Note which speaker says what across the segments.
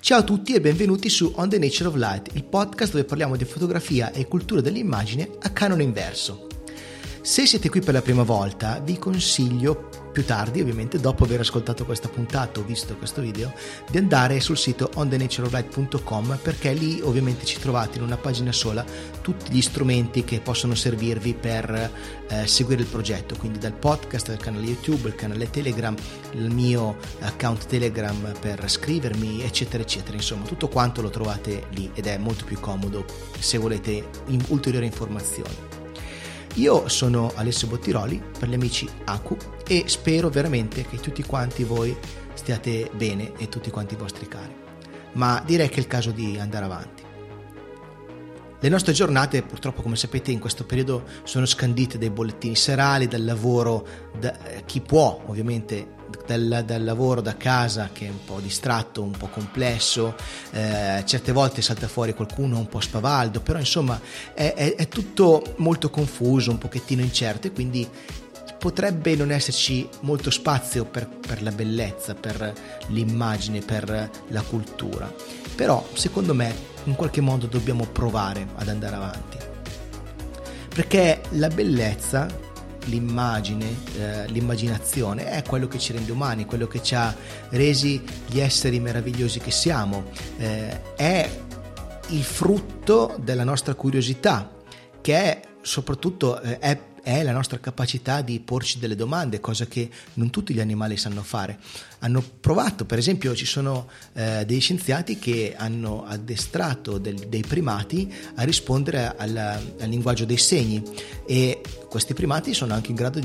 Speaker 1: Ciao a tutti e benvenuti su On the Nature of Light, il podcast dove parliamo di fotografia e cultura dell'immagine a canone inverso. Se siete qui per la prima volta, vi consiglio più tardi, ovviamente dopo aver ascoltato questa puntata o visto questo video, di andare sul sito onthenatureoflight.com, perché lì ovviamente ci trovate in una pagina sola tutti gli strumenti che possono servirvi per seguire il progetto, quindi dal podcast, dal canale YouTube, il canale Telegram, il mio account Telegram per scrivermi, eccetera eccetera. Insomma, tutto quanto lo trovate lì ed è molto più comodo se volete ulteriori informazioni. Io sono Alessio Bottiroli, per gli amici Aku, e spero veramente che tutti quanti voi stiate bene e tutti quanti i vostri cari. Ma direi che è il caso di andare avanti. Le nostre giornate, purtroppo, come sapete, in questo periodo sono scandite dai bollettini serali, dal lavoro, chi può ovviamente, dal lavoro da casa che è un po' distratto, un po' complesso, certe volte salta fuori qualcuno un po' spavaldo, però insomma è tutto molto confuso, un pochettino incerto, e quindi potrebbe non esserci molto spazio per la bellezza, per l'immagine, per la cultura. Però secondo me in qualche modo dobbiamo provare ad andare avanti, perché la bellezza, l'immagine, l'immaginazione è quello che ci rende umani, quello che ci ha resi gli esseri meravigliosi che siamo, è il frutto della nostra curiosità, che è soprattutto è la nostra capacità di porci delle domande, cosa che non tutti gli animali sanno fare. Hanno provato, per esempio ci sono dei scienziati che hanno addestrato dei primati a rispondere al linguaggio dei segni, e questi primati sono anche in grado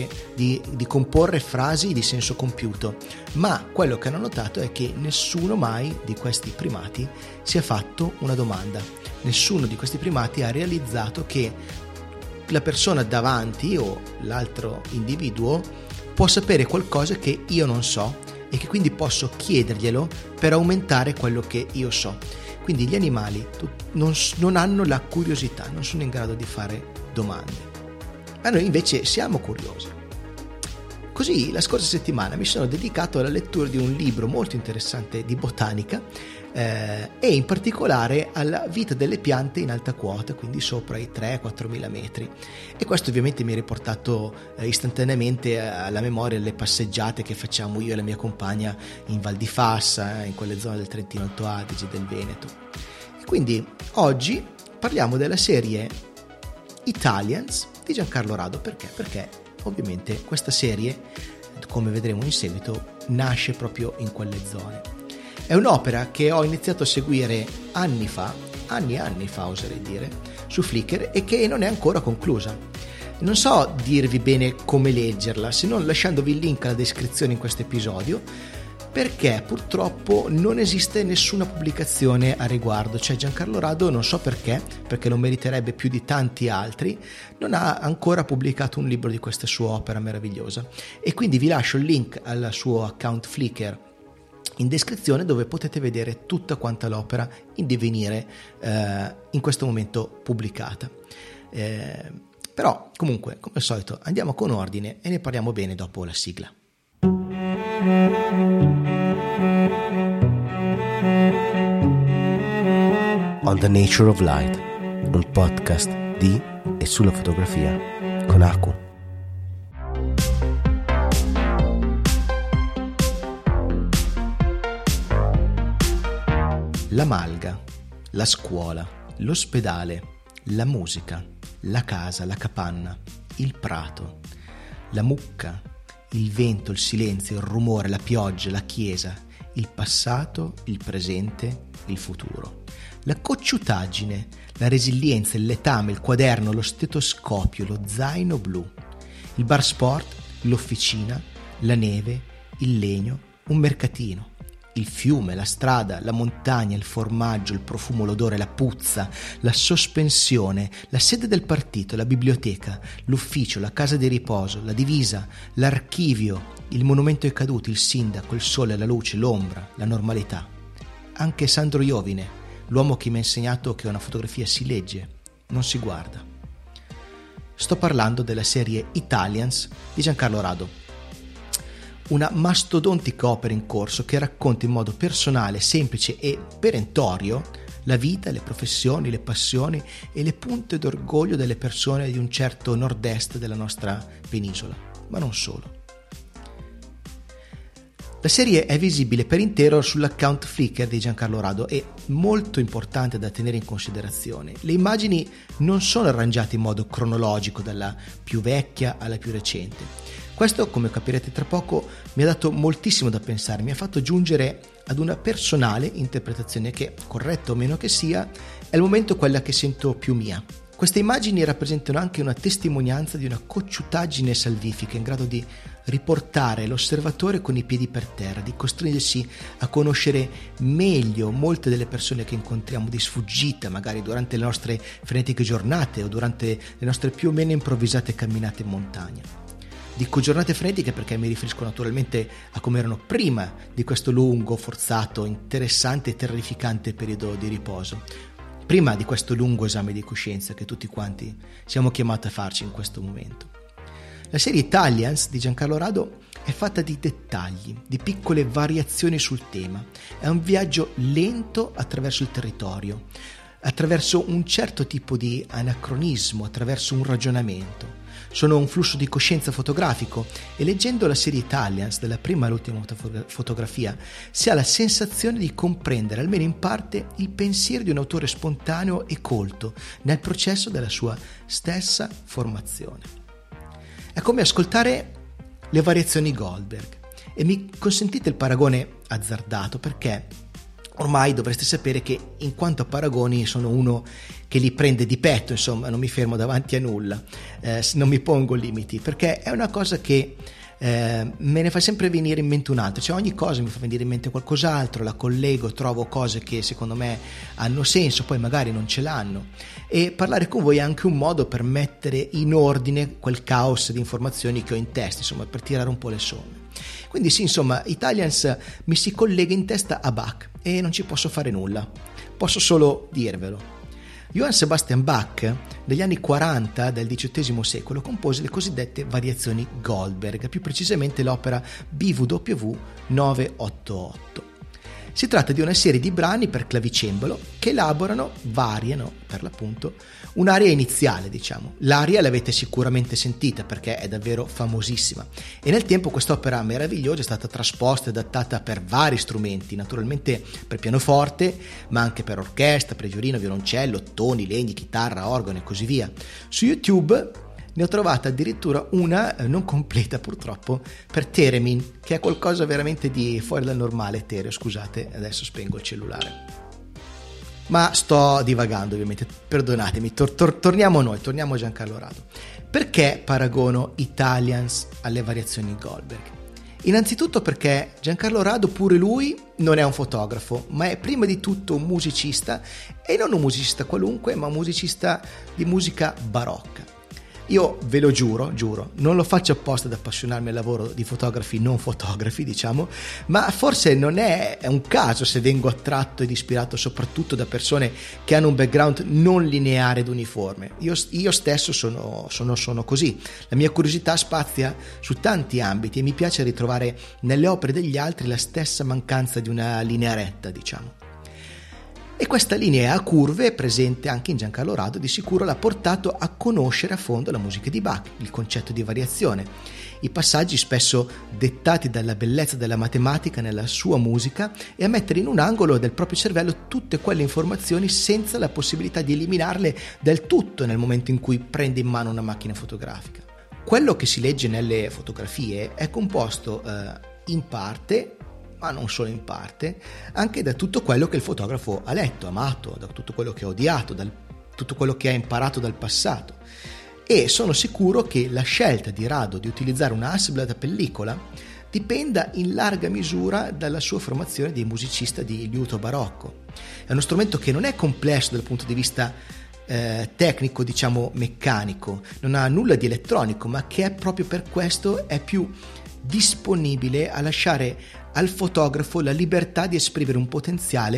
Speaker 1: di comporre frasi di senso compiuto, ma quello che hanno notato è che nessuno mai di questi primati si è fatto una domanda. Nessuno di questi primati ha realizzato che la persona davanti o l'altro individuo può sapere qualcosa che io non so e che quindi posso chiederglielo per aumentare quello che io so. Quindi gli animali non hanno la curiosità, non sono in grado di fare domande, ma noi invece siamo curiosi. Così la scorsa settimana mi sono dedicato alla lettura di un libro molto interessante di botanica, e in particolare alla vita delle piante in alta quota, quindi sopra i 3-4 mila metri, e questo ovviamente mi ha riportato istantaneamente alla memoria le passeggiate che facciamo io e la mia compagna in Val di Fassa, in quelle zone del Trentino Alto Adige, del Veneto. E quindi oggi parliamo della serie Italians di Giancarlo Rado. Perché ovviamente questa serie, come vedremo in seguito, nasce proprio in quelle zone. È un'opera che ho iniziato a seguire anni e anni fa oserei dire, su Flickr, e che non è ancora conclusa. Non so dirvi bene come leggerla, se non lasciandovi il link alla descrizione in questo episodio, perché purtroppo non esiste nessuna pubblicazione a riguardo. Cioè Giancarlo Rado, non so perché lo meriterebbe più di tanti altri, non ha ancora pubblicato un libro di questa sua opera meravigliosa, e quindi vi lascio il link al suo account Flickr in descrizione, dove potete vedere tutta quanta l'opera in divenire in questo momento pubblicata. Però comunque, come al solito, andiamo con ordine e ne parliamo bene dopo la sigla. On the Nature of Light, un podcast di e sulla fotografia con Aku. La malga, la scuola, l'ospedale, la musica, la casa, la capanna, il prato, la mucca, il vento, il silenzio, il rumore, la pioggia, la chiesa, il passato, il presente, il futuro, la cocciutaggine, la resilienza, il letame, il quaderno, lo stetoscopio, lo zaino blu, il bar sport, l'officina, la neve, il legno, un mercatino, il fiume, la strada, la montagna, il formaggio, il profumo, l'odore, la puzza, la sospensione, la sede del partito, la biblioteca, l'ufficio, la casa di riposo, la divisa, l'archivio, il monumento ai caduti, il sindaco, il sole, la luce, l'ombra, la normalità. Anche Sandro Iovine, l'uomo che mi ha insegnato che una fotografia si legge, non si guarda. Sto parlando della serie Italians di Giancarlo Rado. una mastodontica opera in corso che racconta in modo personale, semplice e perentorio la vita, le professioni, le passioni e le punte d'orgoglio delle persone di un certo nord-est della nostra penisola, ma non solo. La serie è visibile per intero sull'account Flickr di Giancarlo Rado e, molto importante da tenere in considerazione, le immagini non sono arrangiate in modo cronologico dalla più vecchia alla più recente. Questo, come capirete tra poco, mi ha dato moltissimo da pensare, mi ha fatto giungere ad una personale interpretazione che, corretto o meno che sia, è al momento quella che sento più mia. Queste immagini rappresentano anche una testimonianza di una cocciutaggine salvifica in grado di riportare l'osservatore con i piedi per terra, di costringersi a conoscere meglio molte delle persone che incontriamo di sfuggita, magari durante le nostre frenetiche giornate o durante le nostre più o meno improvvisate camminate in montagna. Dico giornate frenetiche perché mi riferisco naturalmente a come erano prima di questo lungo, forzato, interessante e terrificante periodo di riposo. Prima di questo lungo esame di coscienza che tutti quanti siamo chiamati a farci in questo momento. La serie Italians di Giancarlo Rado è fatta di dettagli, di piccole variazioni sul tema. È un viaggio lento attraverso il territorio, attraverso un certo tipo di anacronismo, attraverso un ragionamento. Sono un flusso di coscienza fotografico e leggendo la serie Italians dalla prima all'ultima fotografia si ha la sensazione di comprendere almeno in parte il pensiero di un autore spontaneo e colto nel processo della sua stessa formazione. È come ascoltare le variazioni Goldberg e mi consentite il paragone azzardato perché ormai dovreste sapere che in quanto a paragoni sono uno che li prende di petto, insomma non mi fermo davanti a nulla, non mi pongo limiti perché è una cosa che me ne fa sempre venire in mente un altro, cioè ogni cosa mi fa venire in mente qualcos'altro, la collego, trovo cose che secondo me hanno senso, poi magari non ce l'hanno e parlare con voi è anche un modo per mettere in ordine quel caos di informazioni che ho in testa, insomma per tirare un po' le somme. Quindi sì, insomma, Italians mi si collega in testa a Bach e non ci posso fare nulla, posso solo dirvelo. Johann Sebastian Bach, negli anni 40 del XVIII secolo, compose le cosiddette variazioni Goldberg, più precisamente l'opera BWV 988. Si tratta di una serie di brani per clavicembalo che variano per l'appunto, un'aria iniziale, diciamo. L'aria l'avete sicuramente sentita perché è davvero famosissima e nel tempo quest'opera meravigliosa è stata trasposta e adattata per vari strumenti, naturalmente per pianoforte, ma anche per orchestra, pregiolino, violoncello, ottoni, legni, chitarra, organo e così via. Su YouTube ne ho trovata addirittura una, non completa purtroppo, per Theremin, che è qualcosa veramente di fuori dal normale. Etereo, scusate, adesso spengo il cellulare. Ma sto divagando ovviamente, perdonatemi, torniamo a noi, torniamo a Giancarlo Rado. Perché paragono Italians alle variazioni Goldberg? Innanzitutto perché Giancarlo Rado, pure lui, non è un fotografo, ma è prima di tutto un musicista, e non un musicista qualunque, ma un musicista di musica barocca. Io ve lo giuro, non lo faccio apposta ad appassionarmi al lavoro di fotografi non fotografi, diciamo, ma forse non è un caso se vengo attratto ed ispirato soprattutto da persone che hanno un background non lineare ed uniforme. Io stesso sono così. La mia curiosità spazia su tanti ambiti e mi piace ritrovare nelle opere degli altri la stessa mancanza di una linea retta, diciamo. E questa linea a curve, presente anche in Giancarlo Rado, di sicuro l'ha portato a conoscere a fondo la musica di Bach, il concetto di variazione, i passaggi spesso dettati dalla bellezza della matematica nella sua musica e a mettere in un angolo del proprio cervello tutte quelle informazioni senza la possibilità di eliminarle del tutto nel momento in cui prende in mano una macchina fotografica. Quello che si legge nelle fotografie è composto in parte, ma non solo in parte, anche da tutto quello che il fotografo ha letto, amato, da tutto quello che ha odiato, da tutto quello che ha imparato dal passato. E sono sicuro che la scelta di Rado di utilizzare una Hasselblad a pellicola dipenda in larga misura dalla sua formazione di musicista di liuto barocco. È uno strumento che non è complesso dal punto di vista tecnico, diciamo meccanico, non ha nulla di elettronico, ma che è proprio per questo è più disponibile a lasciare al fotografo la libertà di esprimere un potenziale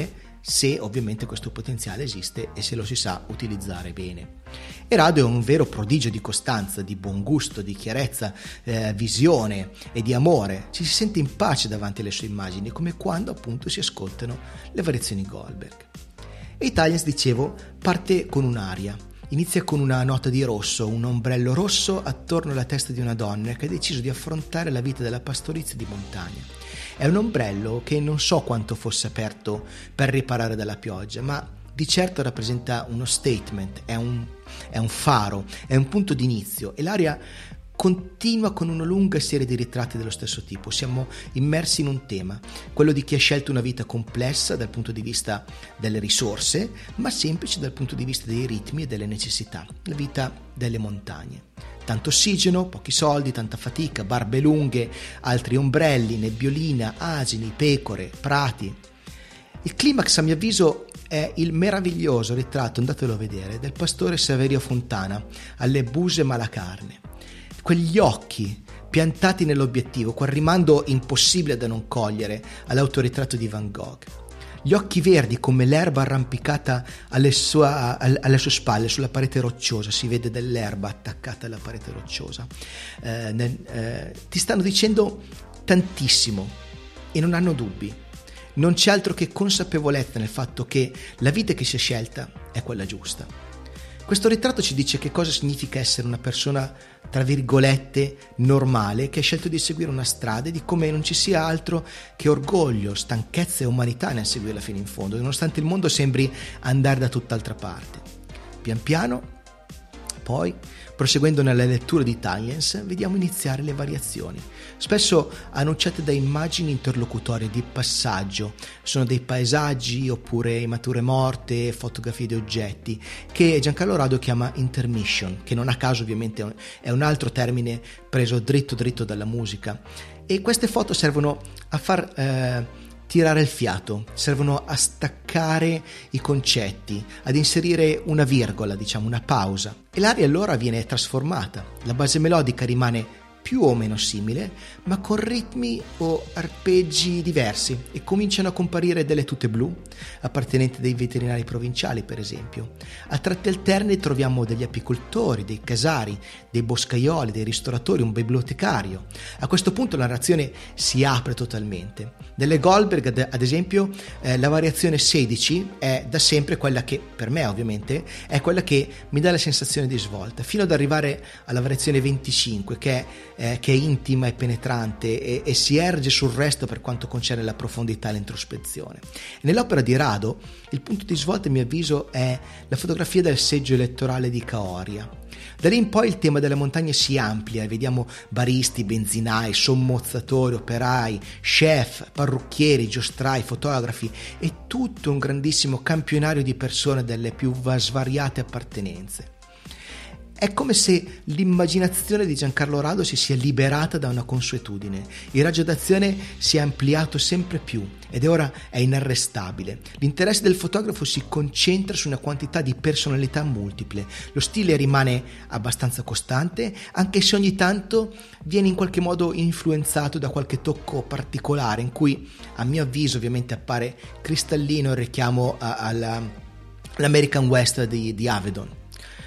Speaker 1: se ovviamente questo potenziale esiste e se lo si sa utilizzare bene. Rado è un vero prodigio di costanza, di buon gusto, di chiarezza, visione e di amore. Ci si sente in pace davanti alle sue immagini, come quando appunto si ascoltano le variazioni Goldberg. E Italians, dicevo, parte con un'aria. Inizia con una nota di rosso, un ombrello rosso attorno alla testa di una donna che ha deciso di affrontare la vita della pastorizia di montagna. È un ombrello che non so quanto fosse aperto per riparare dalla pioggia, ma di certo rappresenta uno statement, è un faro, è un punto d'inizio, e l'aria continua con una lunga serie di ritratti dello stesso tipo. Siamo immersi in un tema, quello di chi ha scelto una vita complessa dal punto di vista delle risorse, ma semplice dal punto di vista dei ritmi e delle necessità, la vita delle montagne. Tanto ossigeno, pochi soldi, tanta fatica, barbe lunghe, altri ombrelli, nebbiolina, asini, pecore, prati. Il climax, a mio avviso, è il meraviglioso ritratto, andatelo a vedere, del pastore Saverio Fontana alle Buse Malacarne. Quegli occhi piantati nell'obiettivo, quel rimando impossibile da non cogliere all'autoritratto di Van Gogh. Gli occhi verdi come l'erba arrampicata alle sue spalle, sulla parete rocciosa, si vede dell'erba attaccata alla parete rocciosa. Ti stanno dicendo tantissimo e non hanno dubbi. Non c'è altro che consapevolezza nel fatto che la vita che si è scelta è quella giusta. Questo ritratto ci dice che cosa significa essere una persona, tra virgolette, normale, che ha scelto di seguire una strada, e di come non ci sia altro che orgoglio, stanchezza e umanità nel seguirla fino in fondo, nonostante il mondo sembri andare da tutt'altra parte. Pian piano, poi, proseguendo nella lettura di Italians, vediamo iniziare le variazioni, spesso annunciate da immagini interlocutorie di passaggio. Sono dei paesaggi oppure immagini morte, fotografie di oggetti, che Giancarlo Rado chiama intermission, che non a caso ovviamente è un altro termine preso dritto dalla musica. E queste foto servono a far tirare il fiato, servono a staccare i concetti, ad inserire una virgola, diciamo una pausa, e l'aria allora viene trasformata. La base melodica rimane più o meno simile, ma con ritmi o arpeggi diversi, e cominciano a comparire delle tute blu appartenenti dei veterinari provinciali, per esempio. A tratti alterni troviamo degli apicoltori, dei casari, dei boscaioli, dei ristoratori, un bibliotecario. A questo punto la narrazione si apre totalmente. Nelle Goldberg, ad esempio, la variazione 16 è da sempre quella che, per me ovviamente, è quella che mi dà la sensazione di svolta, fino ad arrivare alla variazione 25, che è intima e penetrante e si erge sul resto per quanto concerne la profondità e l'introspezione. Nell'opera di Rado il punto di svolta, a mio avviso, è la fotografia del seggio elettorale di Caoria. Da lì in poi il tema delle montagne si amplia e vediamo baristi, benzinai, sommozzatori, operai, chef, parrucchieri, giostrai, fotografi e tutto un grandissimo campionario di persone delle più svariate appartenenze. È come se l'immaginazione di Giancarlo Rado si sia liberata da una consuetudine. Il raggio d'azione si è ampliato sempre più ed ora è inarrestabile. L'interesse del fotografo si concentra su una quantità di personalità multiple. Lo stile rimane abbastanza costante, anche se ogni tanto viene in qualche modo influenzato da qualche tocco particolare, in cui, a mio avviso, ovviamente appare cristallino il richiamo all'American West di Avedon.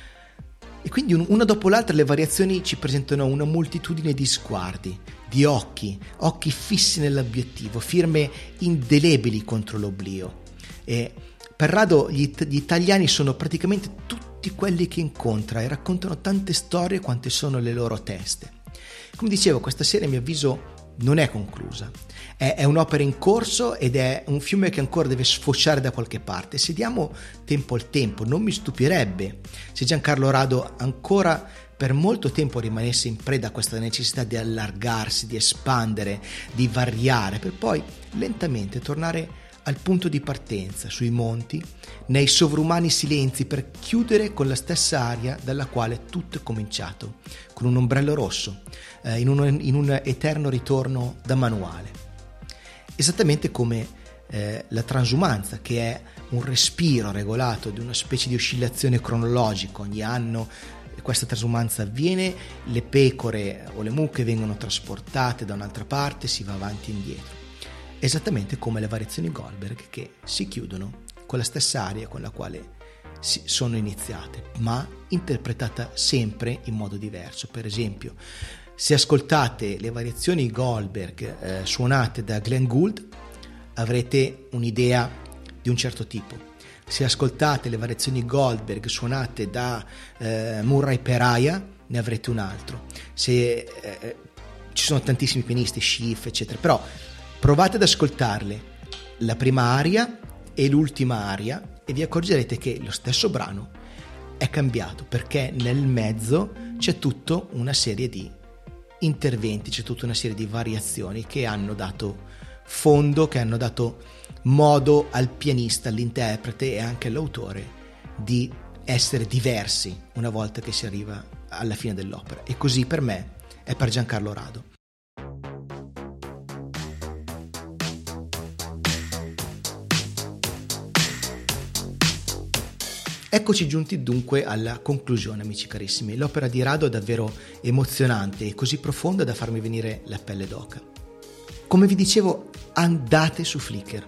Speaker 1: E quindi una dopo l'altra le variazioni ci presentano una moltitudine di sguardi, di occhi fissi nell'obiettivo, firme indelebili contro l'oblio. E per Rado gli italiani sono praticamente tutti quelli che incontra e raccontano tante storie quante sono le loro teste. Come dicevo, questa serie, a mio avviso, non è conclusa. È un'opera in corso ed è un fiume che ancora deve sfociare da qualche parte. Se diamo tempo al tempo, non mi stupirebbe se Giancarlo Rado ancora per molto tempo rimanesse in preda a questa necessità di allargarsi, di espandere, di variare, per poi lentamente tornare al punto di partenza, sui monti, nei sovrumani silenzi, per chiudere con la stessa aria dalla quale tutto è cominciato, con un ombrello rosso, in un eterno ritorno da manuale. Esattamente come la transumanza, che è un respiro regolato di una specie di oscillazione cronologica. Ogni anno questa transumanza avviene, le pecore o le mucche vengono trasportate da un'altra parte, si va avanti e indietro. Esattamente come le variazioni Goldberg, che si chiudono con la stessa aria con la quale sono iniziate, ma interpretata sempre in modo diverso. Per esempio, se ascoltate le variazioni Goldberg suonate da Glenn Gould, avrete un'idea di un certo tipo. Se ascoltate le variazioni Goldberg suonate da Murray Peraya, ne avrete un altro. Ci sono tantissimi pianisti, Schiff, eccetera, però provate ad ascoltarle, la prima aria e l'ultima aria, e vi accorgerete che lo stesso brano è cambiato, perché nel mezzo c'è tutta una serie di interventi, c'è tutta una serie di variazioni che hanno dato fondo, che hanno dato modo al pianista, all'interprete e anche all'autore di essere diversi una volta che si arriva alla fine dell'opera. E così per me è per Giancarlo Rado. Eccoci giunti dunque alla conclusione, amici carissimi. L'opera di Rado è davvero emozionante e così profonda da farmi venire la pelle d'oca. Come vi dicevo, andate su Flickr,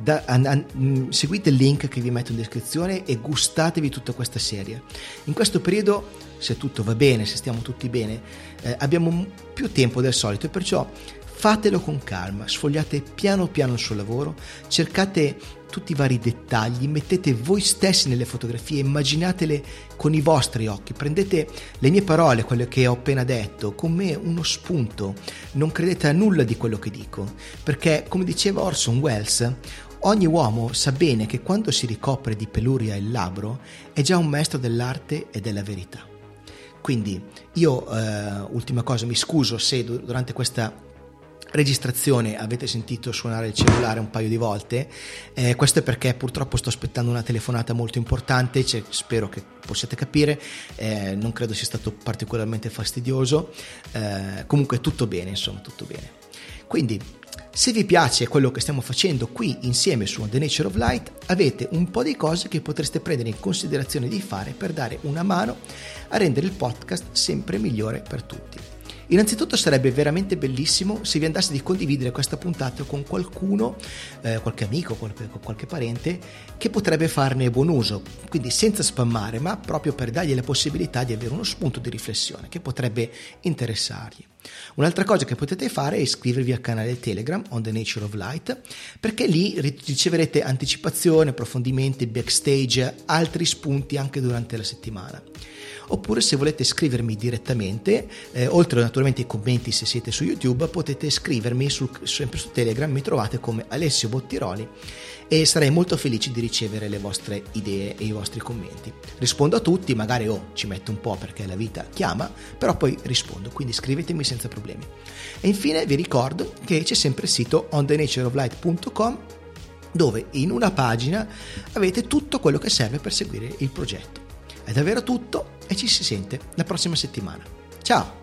Speaker 1: seguite il link che vi metto in descrizione e gustatevi tutta questa serie. In questo periodo, se tutto va bene, se stiamo tutti bene, abbiamo più tempo del solito e perciò fatelo con calma, sfogliate piano piano il suo lavoro, cercate tutti i vari dettagli, mettete voi stessi nelle fotografie, immaginatele con i vostri occhi, prendete le mie parole, quelle che ho appena detto, come uno spunto, non credete a nulla di quello che dico, perché come diceva Orson Welles, ogni uomo sa bene che quando si ricopre di peluria il labbro è già un maestro dell'arte e della verità. Quindi io, ultima cosa, mi scuso se durante questa registrazione avete sentito suonare il cellulare un paio di volte, questo è perché purtroppo sto aspettando una telefonata molto importante, spero che possiate capire, non credo sia stato particolarmente fastidioso, comunque tutto bene, insomma, tutto bene. Quindi se vi piace quello che stiamo facendo qui insieme su The Nature of Light, avete un po' di cose che potreste prendere in considerazione di fare per dare una mano a rendere il podcast sempre migliore per tutti. Innanzitutto sarebbe veramente bellissimo se vi andasse di condividere questa puntata con qualcuno, qualche amico, qualche parente che potrebbe farne buon uso, quindi senza spammare, ma proprio per dargli la possibilità di avere uno spunto di riflessione che potrebbe interessargli. Un'altra cosa che potete fare è iscrivervi al canale Telegram On The Nature of Light, perché lì riceverete anticipazione, approfondimenti, backstage, altri spunti anche durante la settimana. Oppure se volete scrivermi direttamente, oltre naturalmente ai commenti se siete su YouTube, potete scrivermi sempre su Telegram, mi trovate come Alessio Bottiroli e sarei molto felice di ricevere le vostre idee e i vostri commenti. Rispondo a tutti, magari ci metto un po' perché la vita chiama, però poi rispondo, quindi scrivetemi senza problemi. E infine vi ricordo che c'è sempre il sito onthenatureoflight.com, dove in una pagina avete tutto quello che serve per seguire il progetto. È davvero tutto e ci si sente la prossima settimana. Ciao!